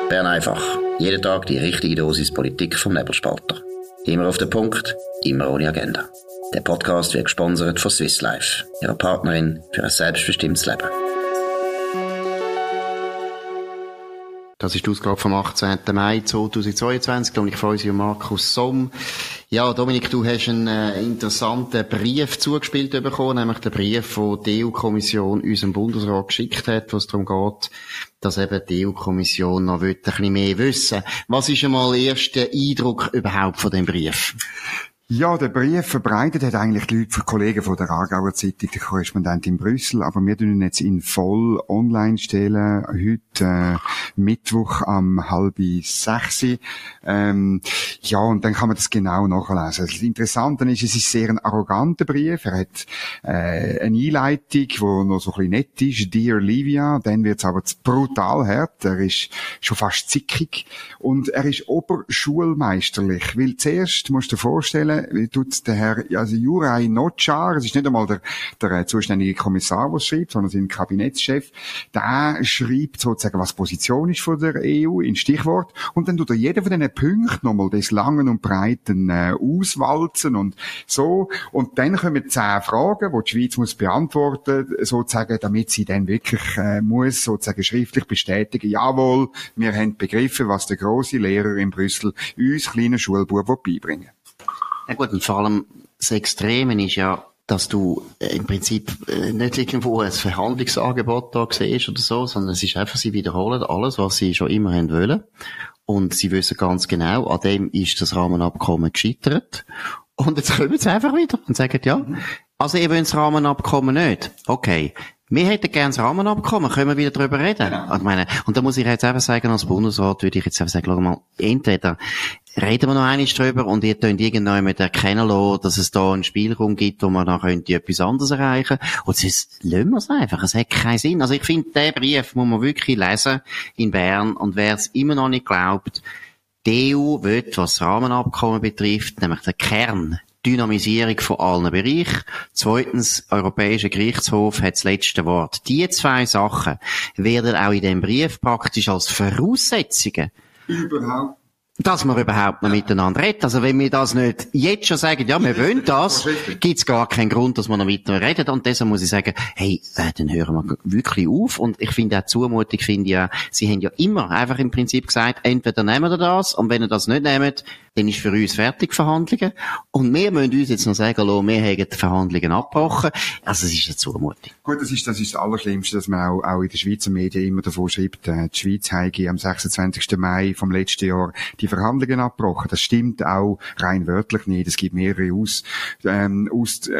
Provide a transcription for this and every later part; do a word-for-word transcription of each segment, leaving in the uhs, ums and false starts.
Bern einfach. Jeden Tag die richtige Dosis Politik vom Nebelspalter. Immer auf den Punkt, immer ohne Agenda. Der Podcast wird gesponsert von Swiss Life, ihrer Partnerin für ein selbstbestimmtes Leben. Das ist die Ausgabe vom achtzehnten Mai zweitausendzweiundzwanzig. Und ich freue mich, Markus Somm. Ja, Dominik, du hast einen äh, interessanten Brief zugespielt bekommen, nämlich den Brief, den die E U-Kommission unserem Bundesrat geschickt hat, wo es darum geht, dass eben die E U-Kommission noch ein bisschen mehr wissen. Was ist einmal der erste Eindruck überhaupt von dem Brief? Ja, der Brief verbreitet hat eigentlich die Leute, die Kollegen von der Aargauer Zeitung, der Korrespondent in Brüssel, aber wir tun ihn jetzt in voll online stellen, heute äh, Mittwoch am halb sechs. Ähm, ja, und dann kann man das genau nachlesen. Das Interessante ist, es ist sehr ein arroganter Brief. Er hat äh, eine Einleitung, die noch so ein bisschen nett ist, Dear Livia, dann wird es aber brutal hart, er ist schon fast zickig und er ist oberschulmeisterlich, weil zuerst, musst du dir vorstellen, wie tut der Herr, also Juraj Nočar, es ist nicht einmal der, der zuständige Kommissar, der schreibt, sondern sein Kabinettschef, der schreibt sozusagen, was Position ist von der E U in Stichwort, und dann tut er jeder von diesen Punkten nochmal des Langen und Breiten äh, auswalzen und so, und dann kommen zehn Fragen, die die Schweiz muss beantworten, sozusagen, damit sie dann wirklich äh, muss sozusagen schriftlich bestätigen, jawohl, wir haben begriffen, was der grosse Lehrer in Brüssel uns kleinen Schulbuben beibringen. Ja gut, und vor allem das Extreme ist ja, dass du im Prinzip nicht irgendwo ein Verhandlungsangebot da siehst oder so, sondern es ist einfach, sie wiederholen alles, was sie schon immer haben wollen. Und sie wissen ganz genau, an dem ist das Rahmenabkommen gescheitert. Und jetzt kommen sie einfach wieder und sagen, ja, also ihr wollt das Rahmenabkommen nicht. Okay. Wir hätten gerne das Rahmenabkommen, können wir wieder darüber reden? Genau. Ich meine, und da muss ich jetzt einfach sagen, als Bundesrat würde ich jetzt einfach sagen, schau mal, entweder reden wir noch einmal drüber und ihr könnt irgendjemand erkennen lassen, dass es da einen Spielraum gibt, wo man dann könnte etwas anderes erreichen. Und sonst lassen wir es einfach. Es hat keinen Sinn. Also ich finde, den Brief muss man wirklich lesen in Bern, und wer es immer noch nicht glaubt, die E U will, was das Rahmenabkommen betrifft, nämlich der Kern, Dynamisierung von allen Bereichen. Zweitens, Europäischer Gerichtshof hat das letzte Wort. Die zwei Sachen werden auch in dem Brief praktisch als Voraussetzungen Überhaupt. dass wir überhaupt noch miteinander reden. Also wenn wir das nicht jetzt schon sagen, ja, wir wollen das, gibt's gar keinen Grund, dass wir noch miteinander reden. Und deshalb muss ich sagen, hey, äh, dann hören wir wirklich auf. Und ich finde auch Zumutung, finde ja, sie haben ja immer einfach im Prinzip gesagt, entweder nehmen wir das, und wenn ihr das nicht nehmt, dann ist für uns fertig Verhandlungen. Und wir müssen uns jetzt noch sagen, lassen, wir haben die Verhandlungen abgebrochen. Also es ist eine Zumutung. Gut, das ist, das ist das Allerschlimmste, dass man auch, auch in den Schweizer Medien immer davon schreibt, äh, die Schweiz habe am sechsundzwanzigsten Mai vom letzten Jahr die Verhandlungen abgebrochen. Das stimmt auch rein wörtlich nicht. Es gibt mehrere Aus, ähm,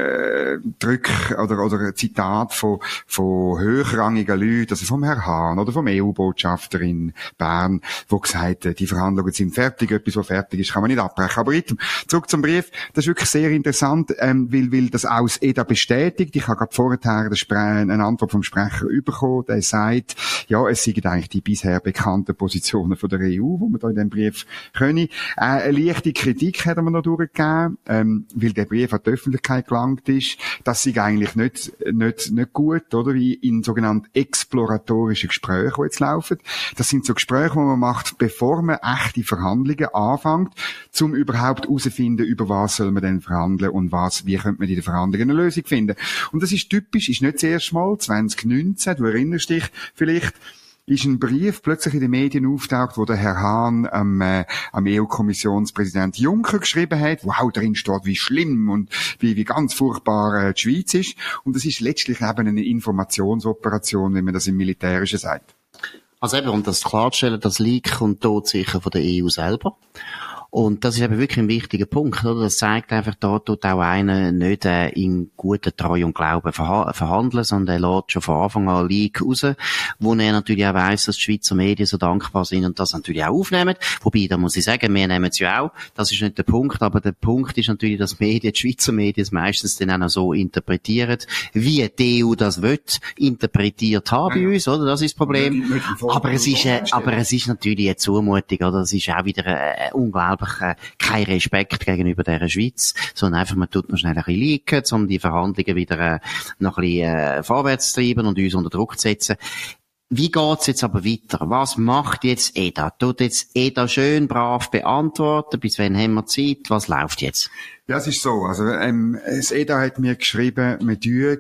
Ausdrücke äh, oder, oder Zitate von, von hochrangigen Leuten, also vom Herrn Hahn oder vom E U-Botschafter in Bern, wo gesagt haben, die Verhandlungen sind fertig, etwas, was fertig ist, kann man nicht abbrechen. Aber zurück zum Brief. Das ist wirklich sehr interessant, ähm, weil, weil das auch das E D A bestätigt. Ich habe gerade vorher eine Antwort vom Sprecher bekommen, der sagt, ja, es sind eigentlich die bisher bekannten Positionen von der E U, die man da in dem Brief können. Äh, eine leichte Kritik hat man noch durchgegeben, ähm, weil der Brief an die Öffentlichkeit gelangt ist. Das ist eigentlich nicht, nicht, nicht gut, oder? Wie in sogenannten exploratorischen Gesprächen, die jetzt laufen. Das sind so Gespräche, die man macht, bevor man echte Verhandlungen anfängt, um überhaupt herauszufinden, über was soll man denn verhandeln und was, wie könnte man in den Verhandlungen eine Lösung finden. Und das ist typisch, ist nicht das erste Mal, zwanzig neunzehn, du erinnerst dich vielleicht, ist ein Brief plötzlich in den Medien auftaucht, wo der Herr Hahn am, äh, am E U-Kommissionspräsident Juncker geschrieben hat, wow, darin steht, wie schlimm und wie, wie ganz furchtbar äh, die Schweiz ist. Und das ist letztlich eben eine Informationsoperation, wie man das im Militärischen sagt. Also eben, um das klarzustellen, das Leak und Todsicher von der E U selber. Und das ist eben wirklich ein wichtiger Punkt, oder? Das zeigt einfach, da tut auch einer nicht äh, in guter Treue und Glauben verha- verhandeln, sondern er lässt schon von Anfang an Leak raus, wo er natürlich auch weiss, dass die Schweizer Medien so dankbar sind und das natürlich auch aufnehmen. Wobei, da muss ich sagen, wir nehmen es ja auch. Das ist nicht der Punkt, aber der Punkt ist natürlich, dass Medien, die Schweizer Medien es meistens dann auch noch so interpretieren, wie die E U das will, interpretiert haben bei uns, oder? Das ist das Problem. Aber es ist, äh, aber es ist natürlich eine Zumutung, oder? Das ist auch wieder äh, unglaublich kein Respekt gegenüber der Schweiz, sondern einfach, man tut noch schnell ein bisschen leaken, um die Verhandlungen wieder äh, noch ein bisschen äh, vorwärts zu treiben und uns unter Druck zu setzen. Wie geht's jetzt aber weiter? Was macht jetzt E D A? Tut jetzt E D A schön brav beantworten? Bis wann haben wir Zeit? Was läuft jetzt? Ja, es ist so. Also, ähm, das E D A hat mir geschrieben, wir tun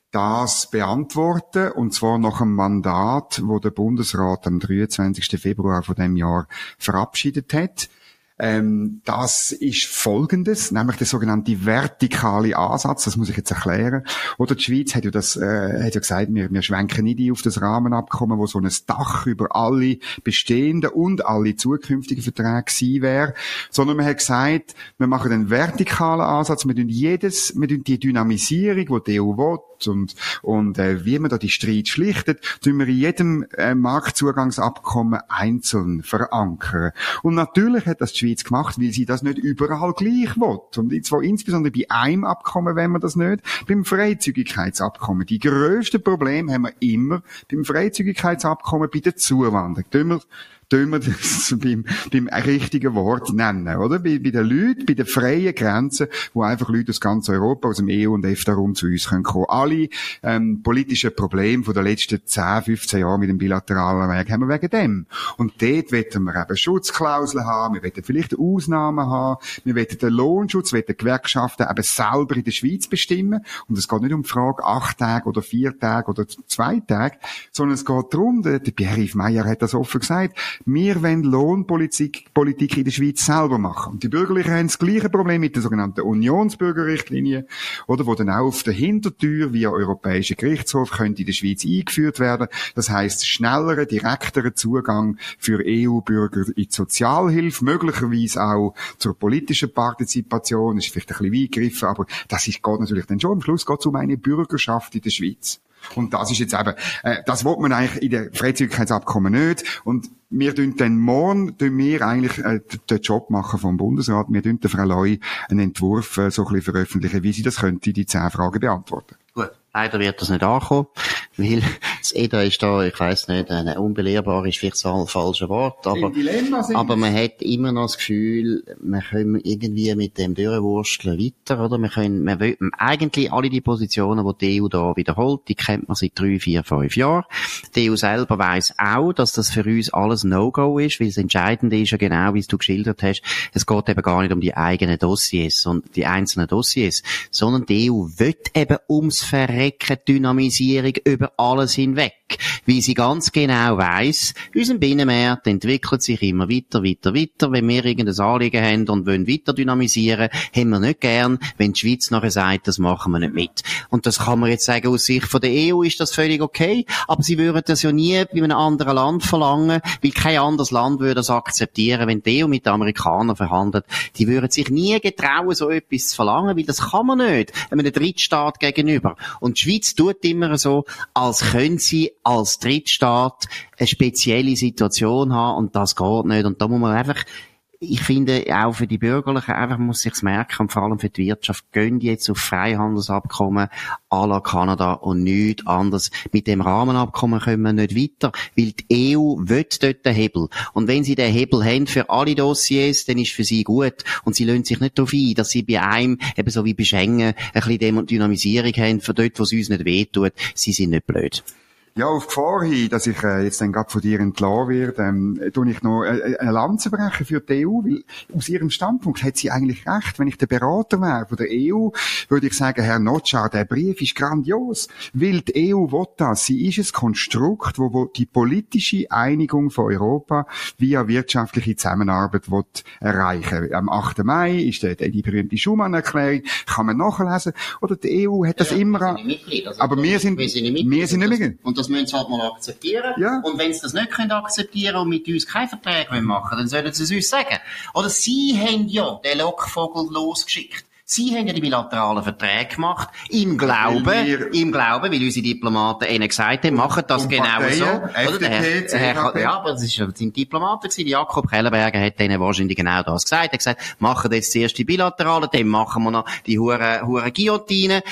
das beantworten, und zwar nach einem Mandat, wo der Bundesrat am dreiundzwanzigsten Februar von dem Jahr verabschiedet hat. Ähm, das ist Folgendes, nämlich der sogenannte vertikale Ansatz. Das muss ich jetzt erklären. Oder die Schweiz hat ja das, äh, hat ja gesagt, wir, wir schwenken nicht ein auf das Rahmenabkommen, wo so ein Dach über alle bestehenden und alle zukünftigen Verträge gewesen wäre, sondern man hat gesagt, wir machen einen vertikalen Ansatz, wir tun jedes, wir tun die Dynamisierung, die die E U will, und, und, äh, wie man da die Streit schlichtet, tun wir in jedem äh, Marktzugangsabkommen einzeln verankern. Und natürlich hat das die Schweiz gemacht, weil sie das nicht überall gleich will. Und zwar insbesondere bei einem Abkommen wollen wir das nicht, beim Freizügigkeitsabkommen. Die grössten Probleme haben wir immer beim Freizügigkeitsabkommen bei der Zuwanderung. Tun wir tun wir das beim, beim richtigen Wort nennen, oder? Bei, bei den Leuten, bei den freien Grenzen, wo einfach Leute aus ganz Europa, aus dem E U und EFTA-Raum zu uns können kommen. Alle ähm, politischen Probleme von den letzten zehn, fünfzehn Jahren mit dem bilateralen Weg haben wir wegen dem. Und dort wollen wir eben Schutzklauseln haben, wir wollen vielleicht Ausnahmen haben, wir wollen den Lohnschutz, wir wollen die Gewerkschaften eben selber in der Schweiz bestimmen. Und es geht nicht um die Frage, acht Tage oder vier Tage oder zwei Tage, sondern es geht darum, der, der Pierre-Yves Meyer hat das offen gesagt, wir wollen Lohnpolitik Politik in der Schweiz selber machen. Und die Bürgerlichen haben das gleiche Problem mit der sogenannten Unionsbürgerrichtlinie, oder, wo dann auch auf der Hintertür via Europäischer Gerichtshof könnte in der Schweiz eingeführt werden. Das heisst, schnellerer, direkterer Zugang für E U-Bürger in die Sozialhilfe, möglicherweise auch zur politischen Partizipation. Das ist vielleicht ein bisschen weit gegriffen, aber das ist, geht natürlich dann schon. Am Schluss geht es um eine Bürgerschaft in der Schweiz. Und das ist jetzt eben, äh, das will man eigentlich in den Freizügigkeitsabkommen nicht. Und wir tun dann morgen, tun wir eigentlich, äh, den Job machen vom Bundesrat. Wir tun der Frau Leu einen Entwurf, äh, so ein bisschen veröffentlichen, wie sie das könnte, die zehn Fragen beantworten. Gut. Leider wird das nicht ankommen, weil das E D A ist da, ich weiss nicht, eine unbelehrbar ist vielleicht das falsche Wort, aber, aber man hat immer noch das Gefühl, wir können irgendwie mit dem Durchwursteln weiter, oder? Wir können, wir will, eigentlich alle die Positionen, die die E U da wiederholt, die kennt man seit drei, vier, fünf Jahren. Die E U selber weiss auch, dass das für uns alles No-Go ist, weil das Entscheidende ist ja genau, wie es du geschildert hast, es geht eben gar nicht um die eigenen Dossiers und die einzelnen Dossiers, sondern die E U will eben ums Verrecken Dynamisierung über alles hinweg, weil sie ganz genau weiss, unser Binnenmarkt entwickelt sich immer weiter, weiter, weiter. Wenn wir irgendein Anliegen haben und wollen weiter dynamisieren, haben wir nicht gern, wenn die Schweiz nachher sagt, das machen wir nicht mit. Und das kann man jetzt sagen, aus Sicht von der E U ist das völlig okay, aber sie würden das ja nie bei einem anderen Land verlangen, weil kein anderes Land würde das akzeptieren, wenn die E U mit den Amerikanern verhandelt. Die würden sich nie getrauen, so etwas zu verlangen, weil das kann man nicht, einem Drittstaat gegenüber. Und die Schweiz tut immer so, als können sie als Drittstaat eine spezielle Situation haben, und das geht nicht. Und da muss man einfach, ich finde, auch für die Bürgerlichen einfach muss sich's merken, und vor allem für die Wirtschaft, gehen die jetzt auf Freihandelsabkommen à la Kanada und nichts anderes. Mit dem Rahmenabkommen kommen wir nicht weiter, weil die E U will dort den Hebel. Und wenn sie den Hebel haben für alle Dossiers, dann ist für sie gut. Und sie lassen sich nicht darauf ein, dass sie bei einem, eben so wie bei Schengen, ein bisschen Dynamisierung haben, für dort, wo es uns nicht wehtut. Sie sind nicht blöd. Ja, auf Gefahr hin, dass ich äh, jetzt dann gerade von dir entlassen werde, ähm, tue ich noch äh, eine Lanze brechen für die E U, weil aus ihrem Standpunkt hat sie eigentlich recht. Wenn ich der Berater wäre von der E U, würde ich sagen, Herr Notschar, der Brief ist grandios, weil die E U will das. Sie ist ein Konstrukt, wo, wo die politische Einigung von Europa via wirtschaftliche Zusammenarbeit will erreichen. Am achten Mai ist die, die berühmte Schumann-Erklärung, kann man nachlesen. Oder die E U hat das ja, immer... Wir Mitglied, also aber wir sind, wir sind nicht wir sind nicht Mitglied. Und das müssen sie halt mal akzeptieren. Ja. Und wenn sie das nicht können akzeptieren und mit uns keinen Vertrag machen wollen, dann sollen sie es uns sagen. Oder sie haben ja den Lockvogel losgeschickt. Sie haben ja die bilateralen Verträge gemacht, im Glauben, wir, im Glauben, weil unsere Diplomaten ihnen gesagt haben, machen das genau Parteien, so. Oder der Herr, der Herr, ja, aber das sind Diplomaten gewesen. Jakob Kellenberger hat denen wahrscheinlich genau das gesagt. Er hat gesagt, machen jetzt zuerst die bilateralen, dann machen wir noch die hure, hure Guillotine.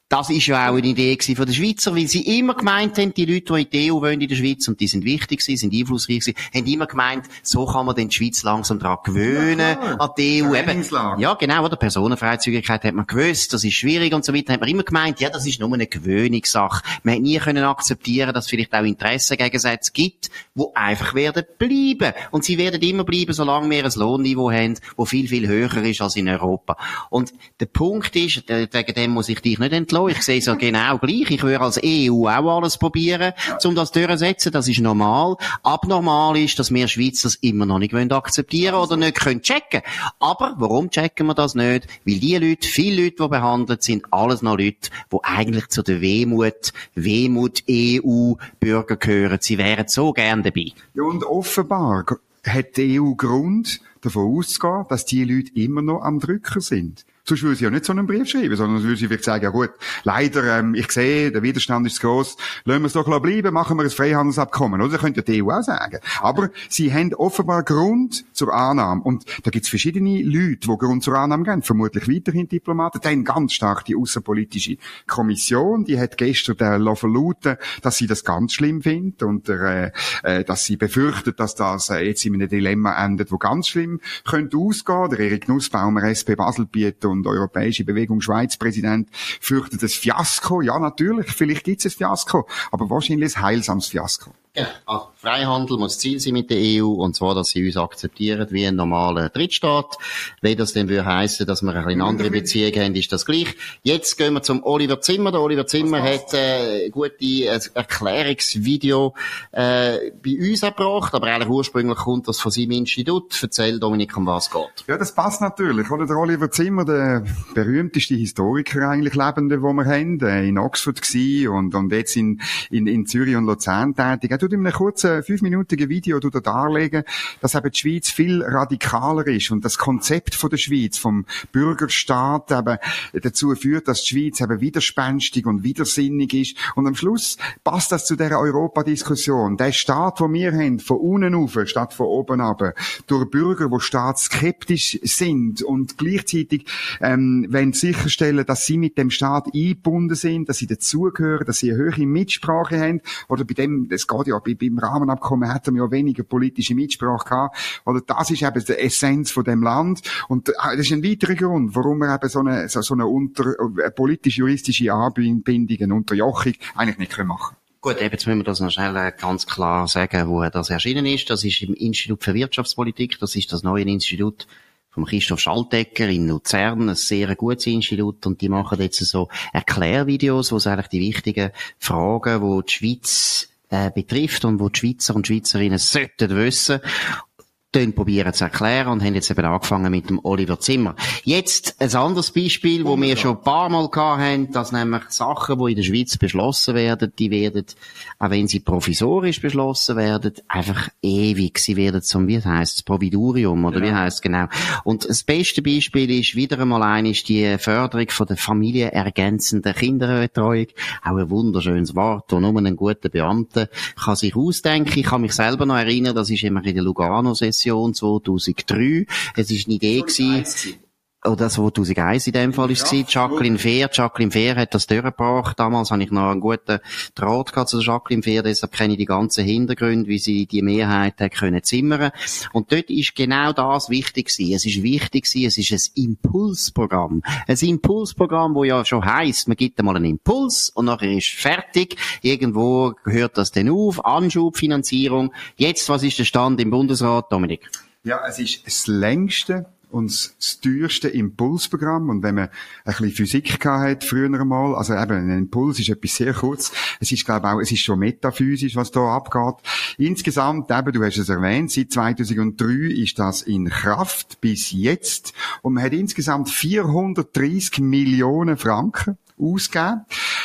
Das ist ja auch eine Idee von den Schweizer, weil sie immer gemeint haben, die Leute, die in die E U wollen in der Schweiz, und die sind wichtig gewesen, sind einflussreich gewesen, haben immer gemeint, so kann man den die Schweiz langsam daran gewöhnen, ja, an die E U. Eben, ja, genau, oder? Personenfreizügigkeit hat man gewusst, das ist schwierig und so weiter. Hat man immer gemeint, ja, das ist nur eine Gewöhnungssache. Man hat nie können akzeptieren, dass es vielleicht auch Interessengegensätze gibt, die einfach werden bleiben. Und sie werden immer bleiben, solange wir ein Lohnniveau haben, das viel, viel höher ist als in Europa. Und der Punkt ist, wegen dem muss ich dich nicht entlassen. Ich sehe so genau gleich. Ich würde als E U auch alles probieren, um das durchzusetzen. Das ist normal. Abnormal ist, dass wir Schweizer das immer noch nicht akzeptieren wollen oder nicht können checken. Aber warum checken wir das nicht? Weil die Leute, viele Leute, die behandelt sind, alles noch Leute, die eigentlich zu der Wehmut, Wehmut E U-Bürger gehören. Sie wären so gern dabei. Ja, und offenbar hat die E U Grund, davon auszugehen, dass die Leute immer noch am Drücker sind. Sonst würde sie ja nicht so einen Brief schreiben, sondern würde sie vielleicht sagen, ja gut, leider, ähm, ich sehe, der Widerstand ist zu gross, lassen wir es doch bleiben, machen wir ein Freihandelsabkommen, oder? Das könnte ja die E U auch sagen. Aber sie haben offenbar Grund zur Annahme. Und da gibt es verschiedene Leute, die Grund zur Annahme geben, vermutlich weiterhin Diplomaten. Dann ganz stark die außenpolitische Kommission, die hat gestern der verlauten, dass sie das ganz schlimm findet und äh, äh, dass sie befürchtet, dass das äh, jetzt in einem Dilemma endet, wo ganz schlimm könnte ausgehen. Der Erik Nussbaumer, S P Baselbiet und Europäische Bewegung Schweiz Präsident, fürchtet ein Fiasko. Ja, natürlich, vielleicht gibt es ein Fiasko, aber wahrscheinlich ein heilsames Fiasko. Ja, also Freihandel muss Ziel sein mit der E U, und zwar, dass sie uns akzeptieren wie ein normaler Drittstaat. Wenn das dann würde heissen, dass wir eine andere Beziehung haben, ist das gleich. Jetzt gehen wir zum Oliver Zimmer. Der Oliver Zimmer hat äh, gute äh, Erklärungsvideo äh, bei uns erbracht, aber eigentlich ursprünglich kommt das von seinem Institut. Erzähl, Dominik, um was es geht. Ja, das passt natürlich, oder? Der Oliver Zimmer, der berühmteste Historiker eigentlich Lebende, den wir haben, äh, in Oxford gsi und, und jetzt in, in, in Zürich und Luzern tätig. Er tut in einem kurzen, fünfminütigen Video darlegen, dass eben die Schweiz viel radikaler ist und das Konzept von der Schweiz, vom Bürgerstaat eben dazu führt, dass die Schweiz eben widerspenstig und widersinnig ist. Und am Schluss passt das zu dieser Europadiskussion. Der Staat, den wir haben, von unten rauf, statt von oben runter, durch Bürger, die staatsskeptisch sind und gleichzeitig ähm, wollen sicherstellen, dass sie mit dem Staat eingebunden sind, dass sie dazugehören, dass sie eine höhere Mitsprache haben. Oder bei dem, das geht ja, beim Rahmenabkommen hätten wir ja weniger politische Mitsprache gehabt. Oder das ist eben die Essenz von dem Land. Und das ist ein weiterer Grund, warum wir eben so eine, so, so eine unter, politisch-juristische Anbindung, eine Unterjochung eigentlich nicht machen können. Gut, eben, jetzt müssen wir das noch schnell ganz klar sagen, wo das erschienen ist. Das ist im Institut für Wirtschaftspolitik. Das ist das neue Institut vom Christoph Schaltegger in Luzern, ein sehr gutes Institut, und die machen jetzt so Erklärvideos, wo es eigentlich die wichtigen Fragen, die die Schweiz äh, betrifft und wo die Schweizer und Schweizerinnen sollten wissen, dann probieren zu erklären, und haben jetzt eben angefangen mit dem Oliver Zimmer. Jetzt ein anderes Beispiel, wo wir schon ein paar Mal gehabt haben, dass nämlich Sachen, die in der Schweiz beschlossen werden, die werden, auch wenn sie provisorisch beschlossen werden, einfach ewig. Sie werden zum, wie heisst es, Providurium, oder ja. Wie heisst es genau? Und das beste Beispiel ist wieder einmal eines, die Förderung von der familienergänzenden Kinderbetreuung. Auch ein wunderschönes Wort, wo nur ein guter Beamter kann sich ausdenken. Ich kann mich selber noch erinnern, das ist immer in der Lugano-Session zweitausenddrei. Es war eine Idee gewesen, oder zweitausendeins in dem Fall ist es gewesen. Jacqueline Fehr. Jacqueline Fehr hat das durchgebracht. Damals habe ich noch einen guten Draht gehabt zu Jacqueline Fehr, deshalb kenne ich die ganzen Hintergründe, wie sie die Mehrheit hat können zimmern. Und dort ist genau das wichtig gewesen. Es ist wichtig gewesen, es ist ein Impulsprogramm. Ein Impulsprogramm, wo ja schon heisst, man gibt einmal einen Impuls und nachher ist fertig. Irgendwo hört das dann auf. Anschubfinanzierung. Jetzt, was ist der Stand im Bundesrat, Dominik? Ja, es ist das längste und das teuerste Impulsprogramm. Und wenn man ein bisschen Physik gehabt hat, früher einmal, also eben, ein Impuls ist etwas sehr kurz. Es ist, glaube ich, auch, es ist schon metaphysisch, was da abgeht. Insgesamt, eben, du hast es erwähnt, seit zweitausenddrei ist das in Kraft bis jetzt. Und man hat insgesamt vierhundertdreissig Millionen Franken ausgegeben.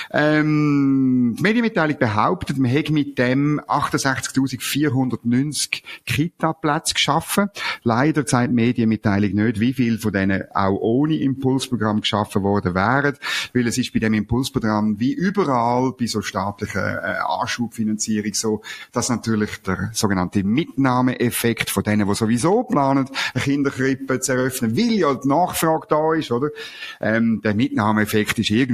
Ähm, die Medienmitteilung behauptet, man hätte mit dem achtundsechzigtausendvierhundertneunzig Kita-Plätze geschaffen. Leider zeigt die Medienmitteilung nicht, wie viel von denen auch ohne Impulsprogramm geschaffen worden wären, weil es ist bei dem Impulsprogramm wie überall bei so staatlicher äh, Anschubfinanzierung so, dass natürlich der sogenannte Mitnahmeeffekt von denen, die sowieso planen, eine Kinderkrippe zu eröffnen, weil ja die Nachfrage da ist, oder? Ähm, der Mitnahmeeffekt ist irgendwo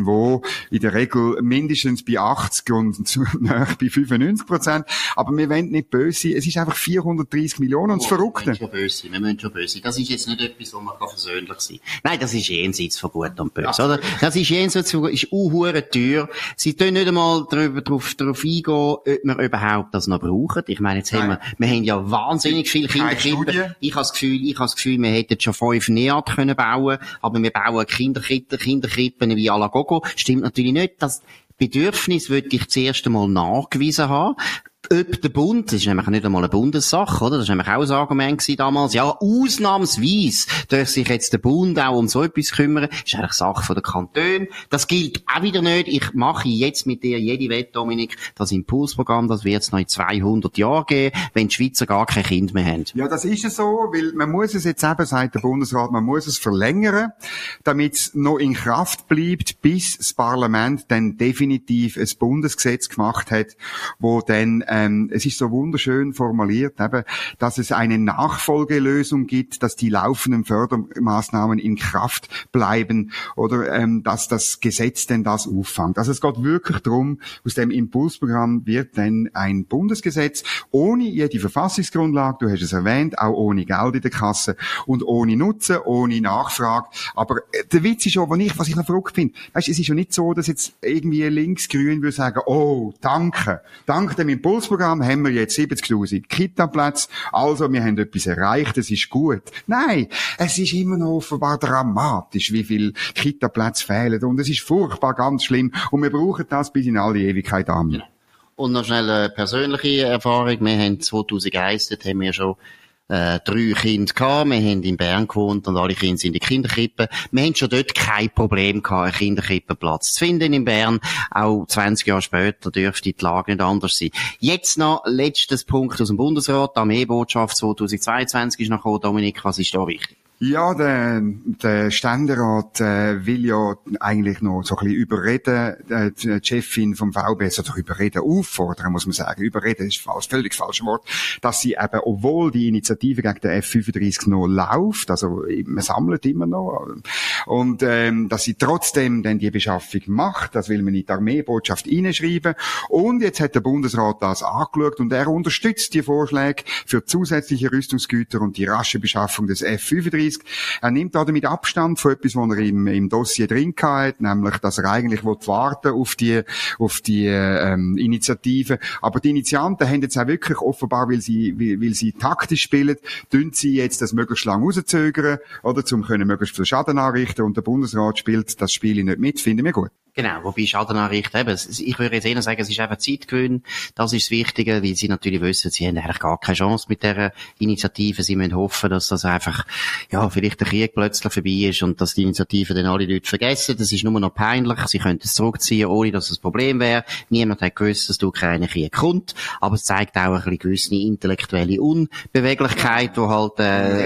irgendwo in der Regel mindestens bei achtzig und nahe bei fünfundneunzig Prozent. Aber wir wollen nicht böse sein. Es ist einfach vierhundertreissig Millionen und das Verrückte. Wir müssen schon böse sein. Wir müssen schon böse sein. Das ist jetzt nicht etwas, wo man versöhnlich sein kann. Nein, das ist jenseits von Gut und Böse, oder? Das ist jenseits von Gut, ist unhure teuer. Sie tun nicht einmal darüber, darauf, darauf eingehen, ob wir überhaupt das noch brauchen. Ich meine, jetzt haben wir, wir haben ja wahnsinnig viele Kinderkrippen. Ich habe das Gefühl, ich habe das Gefühl, wir hätten schon fünf Neat können bauen, aber wir bauen Kinderkrippen, Kinderkrippen wie à la Gogo. Stimmt natürlich nicht. Das Bedürfnis würde ich zuerst einmal nachgewiesen haben. Ob der Bund, das ist nämlich nicht einmal eine Bundessache, oder? Das war nämlich auch ein Argument gewesen damals. Ja, ausnahmsweise darf sich jetzt der Bund auch um so etwas kümmern. Das ist eigentlich Sache von der Kantone. Das gilt auch wieder nicht. Ich mache jetzt mit dir jede Wette, Dominik, das Impulsprogramm, das wird es noch in zweihundert Jahren geben, wenn die Schweizer gar kein Kind mehr haben. Ja, das ist es so, weil man muss es jetzt eben, sagt der Bundesrat, man muss es verlängern, damit es noch in Kraft bleibt, bis das Parlament dann definitiv ein Bundesgesetz gemacht hat, wo dann Ähm, es ist so wunderschön formuliert, eben, dass es eine Nachfolgelösung gibt, dass die laufenden Fördermaßnahmen in Kraft bleiben oder ähm, dass das Gesetz denn das auffangt. Also es geht wirklich darum, aus dem Impulsprogramm wird dann ein Bundesgesetz ohne jede Verfassungsgrundlage, du hast es erwähnt, auch ohne Geld in der Kasse und ohne Nutzen, ohne Nachfrage. Aber äh, der Witz ist schon, was ich, was ich noch verrückt finde, weißt, es ist ja nicht so, dass jetzt irgendwie linksgrün würde sagen, oh, danke, dank dem Impulsprogramm haben wir jetzt siebzigtausend Kita-Plätze, also wir haben etwas erreicht, es ist gut. Nein, es ist immer noch offenbar dramatisch, wie viele Kita-Plätze fehlen und es ist furchtbar ganz schlimm und wir brauchen das bis in alle Ewigkeit an. Und noch schnell eine persönliche Erfahrung, wir haben zweitausendeins, dort haben wir schon Äh, drei Kinder gehabt, wir haben in Bern gewohnt und alle Kinder sind in der Kinderkrippe. Wir haben schon dort kein Problem gehabt, einen Kinderkrippenplatz zu finden in Bern. Auch zwanzig Jahre später dürfte die Lage nicht anders sein. Jetzt noch letztes Punkt aus dem Bundesrat, die Armeebotschaft zweitausendzweiundzwanzig ist noch gekommen. Dominik, was ist da wichtig? Ja, der, der Ständerat äh, will ja eigentlich noch so ein bisschen überreden, äh, die Chefin vom V B S, oder überreden, auffordern, muss man sagen. Überreden ist falsch, völlig falsches Wort, dass sie eben, obwohl die Initiative gegen den F fünfunddreißig noch läuft, also man sammelt immer noch, und ähm, dass sie trotzdem dann die Beschaffung macht, das will man in die Armeebotschaft reinschreiben. Und jetzt hat der Bundesrat das angeschaut und er unterstützt die Vorschläge für zusätzliche Rüstungsgüter und die rasche Beschaffung des F fünfunddreißig. Er nimmt damit Abstand von etwas, was er im, im Dossier drin hat, nämlich, dass er eigentlich warten auf die, auf die ähm, Initiative. Aber die Initianten haben jetzt auch wirklich offenbar, weil sie, weil, weil sie taktisch spielen, tun sie jetzt das möglichst lang rauszögern, oder, zum können möglichst viel Schaden anrichten. Und der Bundesrat spielt das Spiel nicht mit, finden wir gut. Genau, wobei Schadenanricht eben, ich würde jetzt eher sagen, es ist eben Zeitgewinn, das ist das Wichtige, weil sie natürlich wissen, sie haben eigentlich gar keine Chance mit dieser Initiative, sie müssen hoffen, dass das einfach, ja, vielleicht der Krieg plötzlich vorbei ist und dass die Initiative dann alle Leute vergessen, das ist nur noch peinlich, sie könnten es zurückziehen, ohne dass es ein Problem wäre, niemand hat gewusst, dass der Ukraine-Krieg kommt, aber es zeigt auch ein bisschen gewisse intellektuelle Unbeweglichkeit, wo halt,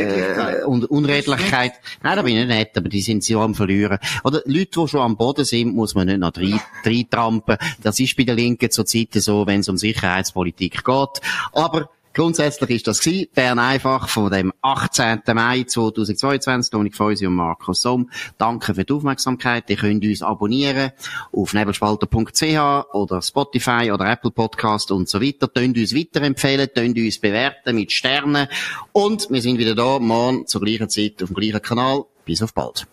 äh, und Unredlichkeit, nein, da bin ich nicht, aber die sind so am Verlieren. Oder Leute, die schon am Boden sind, muss man nicht noch reintrampen. Das ist bei der Linken zurzeit so, wenn es um Sicherheitspolitik geht. Aber grundsätzlich ist das gewesen. Bern einfach von dem achtzehnten Mai zweitausendzweiundzwanzig. Dominik Feusi und Markus Somm. Danke für die Aufmerksamkeit. Ihr könnt uns abonnieren auf nebelspalter punkt c h oder Spotify oder Apple Podcast und so weiter. Tönt uns weiterempfehlen, tönt uns bewerten mit Sternen. Und wir sind wieder da, morgen zur gleichen Zeit auf dem gleichen Kanal. Bis auf bald.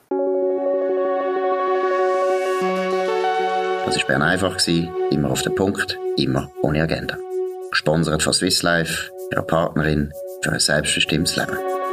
Das war Bern einfach, immer auf den Punkt, immer ohne Agenda. Gesponsert von Swiss Life, ihrer Partnerin für ein selbstbestimmtes Leben.